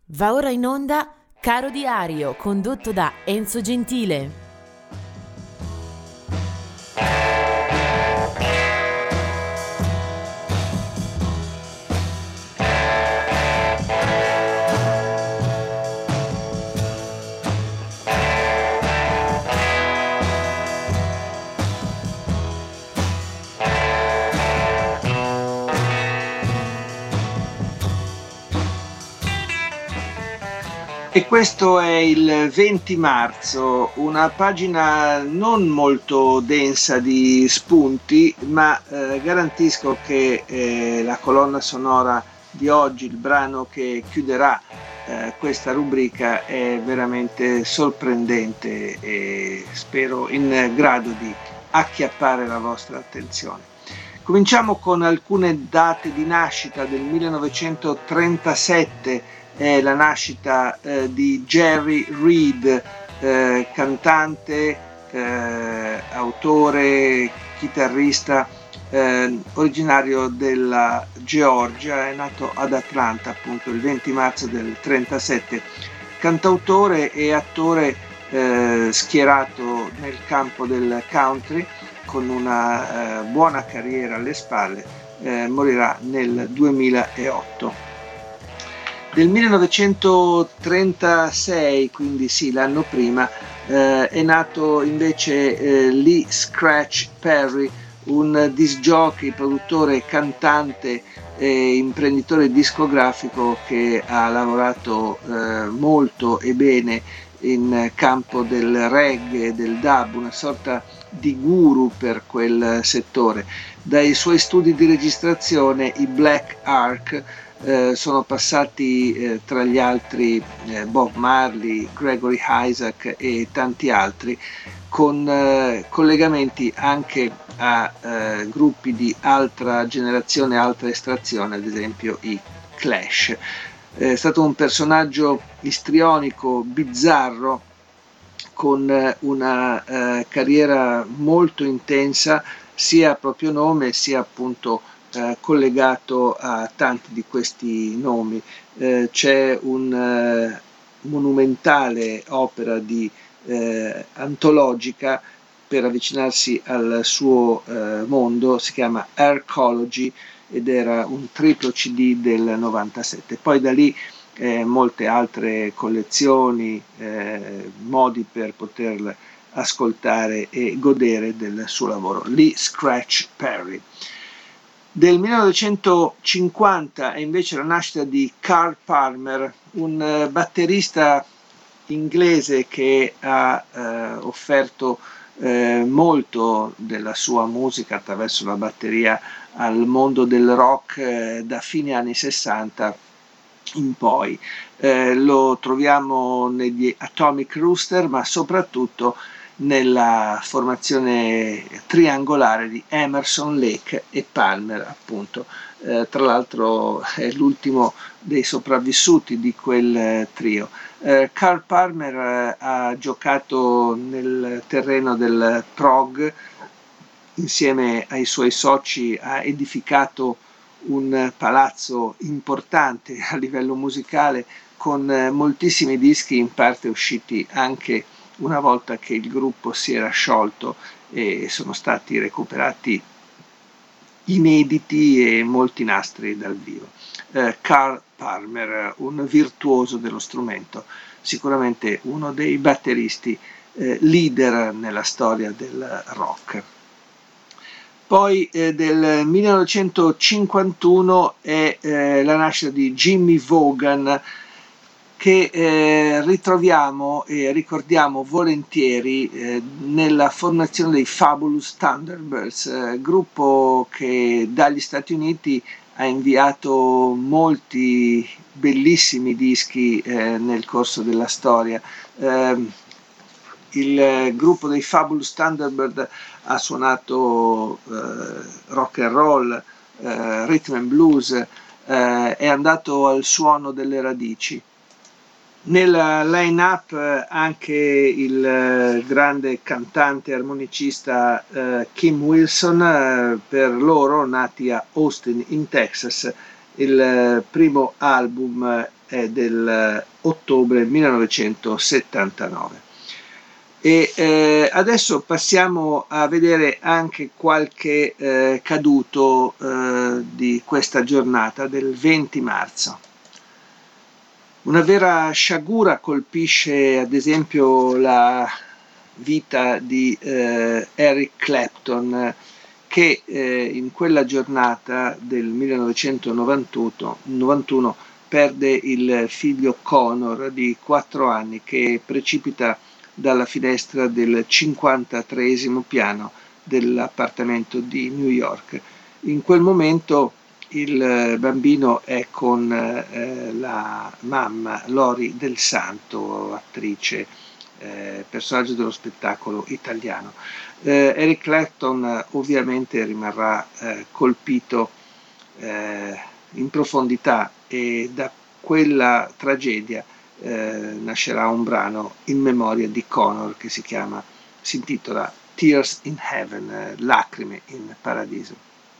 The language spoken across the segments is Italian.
Va ora in onda Caro Diario, condotto da Enzo Gentile. E questo è il 20 marzo, una pagina non molto densa di spunti, ma garantisco che la colonna sonora di oggi, il brano che chiuderà questa rubrica, è veramente sorprendente e spero in grado di acchiappare la vostra attenzione. Cominciamo con alcune date di nascita. Del 1937 è la nascita di Jerry Reed, cantante, autore, chitarrista, originario della Georgia. È nato ad Atlanta appunto il 20 marzo del 37, cantautore e attore schierato nel campo del country, con una buona carriera alle spalle. Morirà nel 2008. Del 1936, quindi sì, l'anno prima, è nato invece Lee Scratch Perry, un disc jockey, produttore, cantante e imprenditore discografico che ha lavorato molto e bene in campo del reggae e del dub, una sorta di guru per quel settore. Dai suoi studi di registrazione, i Black Ark, sono passati tra gli altri Bob Marley, Gregory Isaac e tanti altri, con collegamenti anche a gruppi di altra generazione, altra estrazione, ad esempio i Clash. È stato un personaggio istrionico, bizzarro, con una carriera molto intensa, sia a proprio nome sia appunto collegato a tanti di questi nomi. C'è un monumentale opera di antologica per avvicinarsi al suo mondo, si chiama Arcology ed era un triplo CD del 97. Poi da lì molte altre collezioni, modi per poter ascoltare e godere del suo lavoro. Lee Scratch Perry. Del 1950 è invece la nascita di Carl Palmer, un batterista inglese che ha offerto molto della sua musica attraverso la batteria al mondo del rock da fine anni 60 in poi. Lo troviamo negli Atomic Rooster, ma soprattutto nella formazione triangolare di Emerson, Lake e Palmer, appunto. Tra l'altro è l'ultimo dei sopravvissuti di quel trio. Carl Palmer ha giocato nel terreno del prog, insieme ai suoi soci ha edificato un palazzo importante a livello musicale, con moltissimi dischi in parte usciti anche una volta che il gruppo si era sciolto e sono stati recuperati inediti e molti nastri dal vivo. Carl Palmer, un virtuoso dello strumento, sicuramente uno dei batteristi leader nella storia del rock. Poi del 1951 è la nascita di Jimmy Vaughan, che ritroviamo e ricordiamo volentieri nella formazione dei Fabulous Thunderbirds, gruppo che dagli Stati Uniti ha inviato molti bellissimi dischi nel corso della storia. Il gruppo dei Fabulous Thunderbird ha suonato rock and roll, rhythm and blues, è andato al suono delle radici. Nella line-up anche il grande cantante e armonicista Kim Wilson, per loro nati a Austin in Texas. Il primo album è del ottobre 1979. E adesso passiamo a vedere anche qualche caduto di questa giornata del 20 marzo. Una vera sciagura colpisce ad esempio la vita di Eric Clapton, che in quella giornata del 1991 perde il figlio Conor di 4 anni, che precipita dalla finestra del 53esimo piano dell'appartamento di New York. In quel momento il bambino è con la mamma Lori Del Santo, attrice, personaggio dello spettacolo italiano. Eric Clapton ovviamente rimarrà colpito in profondità, e da quella tragedia nascerà un brano in memoria di Conor che si intitola Tears in Heaven, lacrime in paradiso.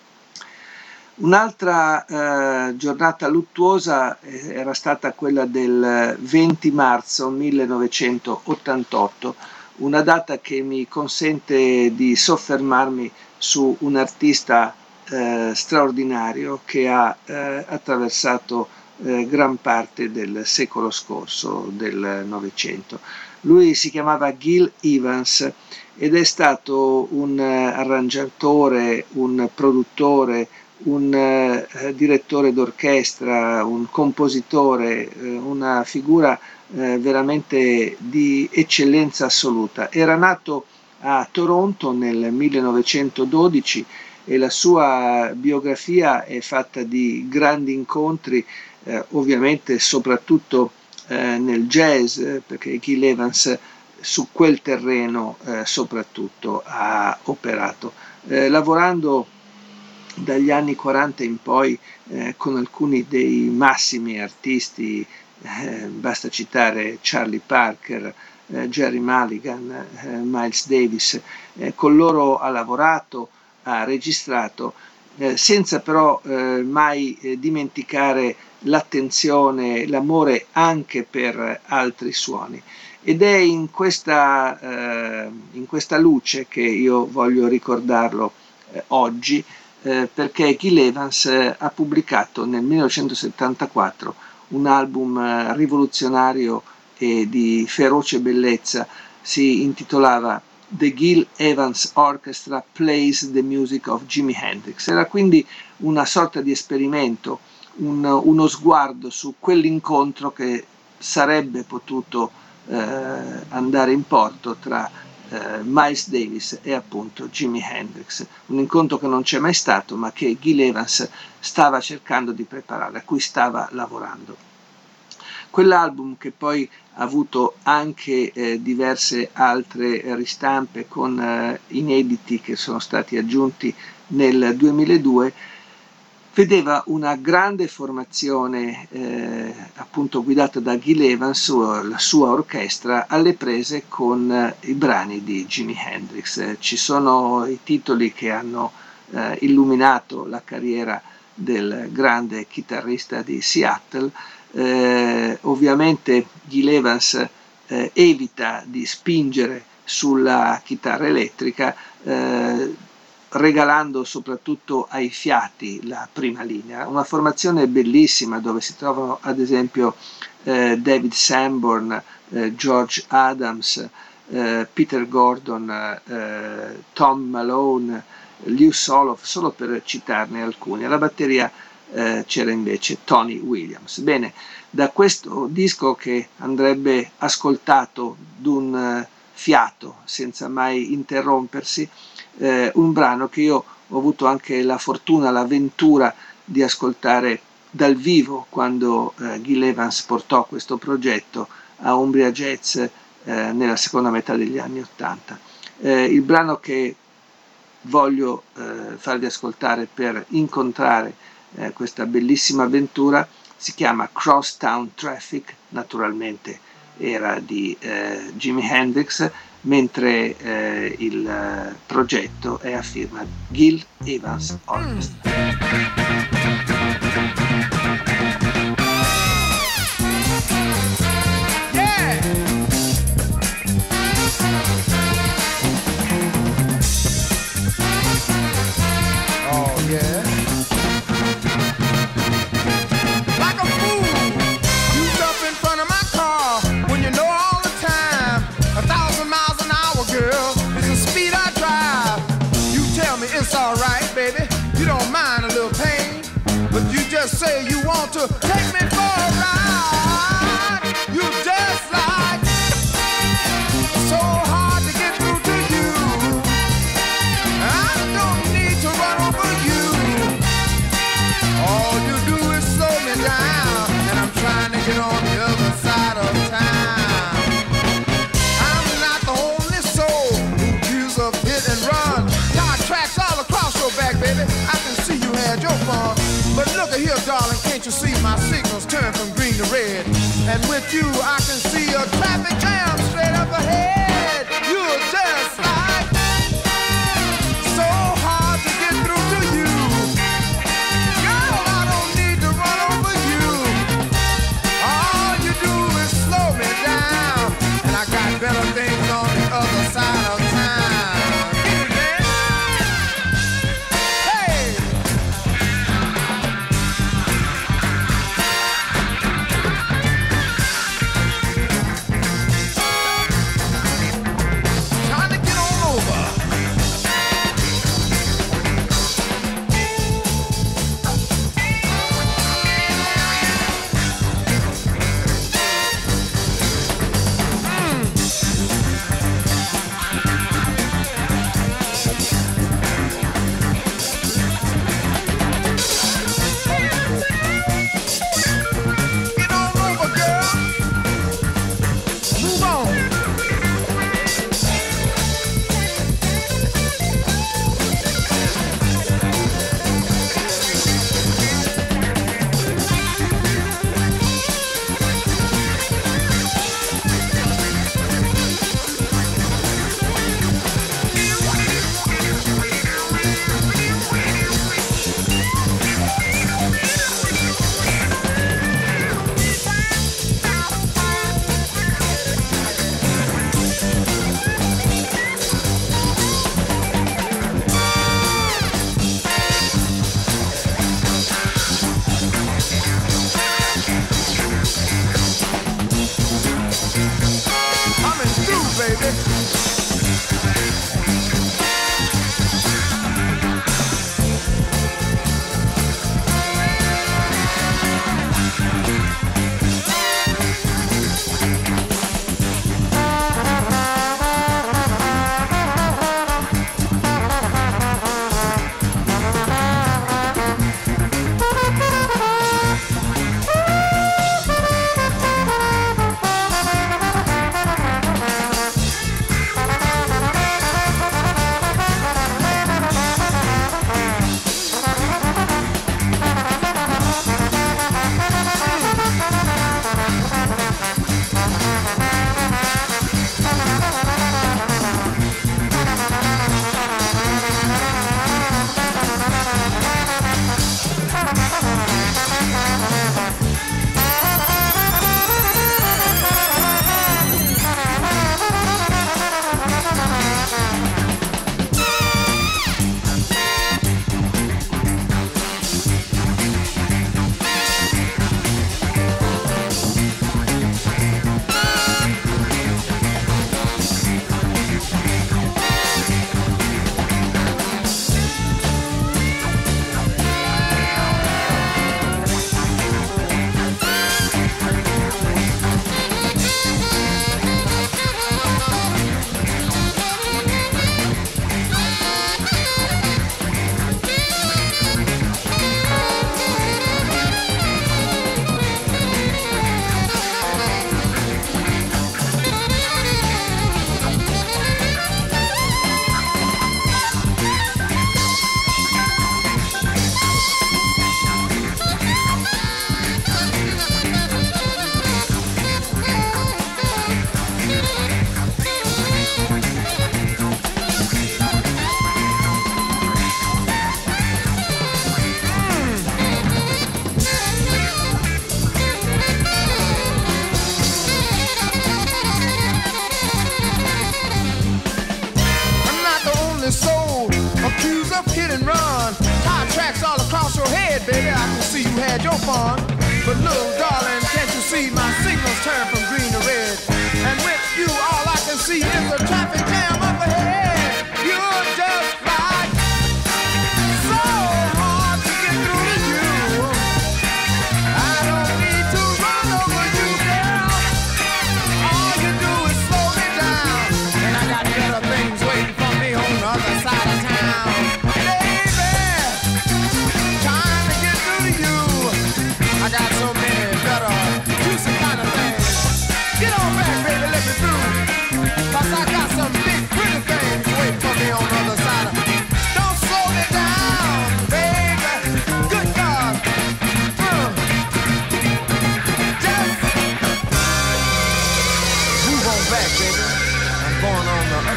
Un'altra giornata luttuosa era stata quella del 20 marzo 1988, una data che mi consente di soffermarmi su un artista straordinario che ha attraversato gran parte del secolo scorso, del Novecento. Lui si chiamava Gil Evans ed è stato un arrangiatore, un produttore, un direttore d'orchestra, un compositore, una figura veramente di eccellenza assoluta. Era nato a Toronto nel 1912 e la sua biografia è fatta di grandi incontri, ovviamente soprattutto nel jazz, perché Gil Evans su quel terreno soprattutto ha operato, lavorando dagli anni 40 in poi con alcuni dei massimi artisti, basta citare Charlie Parker, Gerry Mulligan, Miles Davis. Con loro ha lavorato, ha registrato, senza però mai dimenticare l'attenzione, l'amore anche per altri suoni. Ed è in questa luce che io voglio ricordarlo oggi, perché Gil Evans ha pubblicato nel 1974 un album rivoluzionario e di feroce bellezza. Si intitolava The Gil Evans Orchestra Plays the Music of Jimi Hendrix. Era quindi una sorta di esperimento, uno sguardo su quell'incontro che sarebbe potuto andare in porto tra Miles Davis e appunto Jimi Hendrix, un incontro che non c'è mai stato, ma che Gil Evans stava cercando di preparare, a cui stava lavorando. Quell'album, che poi ha avuto anche diverse altre ristampe con inediti che sono stati aggiunti nel 2002, vedeva una grande formazione appunto guidata da Gil Evans, la sua orchestra, alle prese con i brani di Jimi Hendrix. Ci sono i titoli che hanno illuminato la carriera del grande chitarrista di Seattle. Ovviamente Gil Evans evita di spingere sulla chitarra elettrica, regalando soprattutto ai fiati la prima linea. Una formazione bellissima dove si trovano ad esempio David Sanborn, George Adams, Peter Gordon, Tom Malone, Lew Soloff, solo per citarne alcuni. Alla batteria c'era invece Tony Williams. Bene, da questo disco, che andrebbe ascoltato d'un fiato senza mai interrompersi, un brano che io ho avuto anche la fortuna, la ventura di ascoltare dal vivo quando Gil Evans portò questo progetto a Umbria Jazz nella seconda metà degli anni '80. Il brano che voglio farvi ascoltare per incontrare questa bellissima avventura si chiama Crosstown Traffic, naturalmente era di Jimi Hendrix, mentre il progetto è a firma Gil Evans Orchestra. say you want to take me for a ride. You just like so hard to get through to you. I don't need to run over you. All you do is slow me down, and I'm trying to get on the other side of town. I'm not the only soul who accused of hit and run. Car tracks all across your back, baby. I can see you had your fun. But look at here, darling, can't you see my signals turn from green to red? And with you, I can see a traffic jam straight up ahead. You're just like so hard to get through to you. Girl, I don't need to run over you. All you do is slow me down, and I got better things on the other side of town. Get it, man? Hey! Trying to get on over. Get on over, girl. Move on. Coming through, baby. baby, I can see you had your fun. But look, darling, can't you see my signals turn from green to red? And with you, all I can see is a traffic jam up ahead. You're just like so hard to get through to you.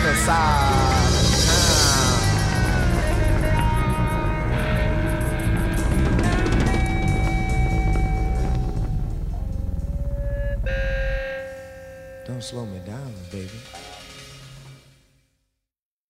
other side of town. Don't slow me down, baby.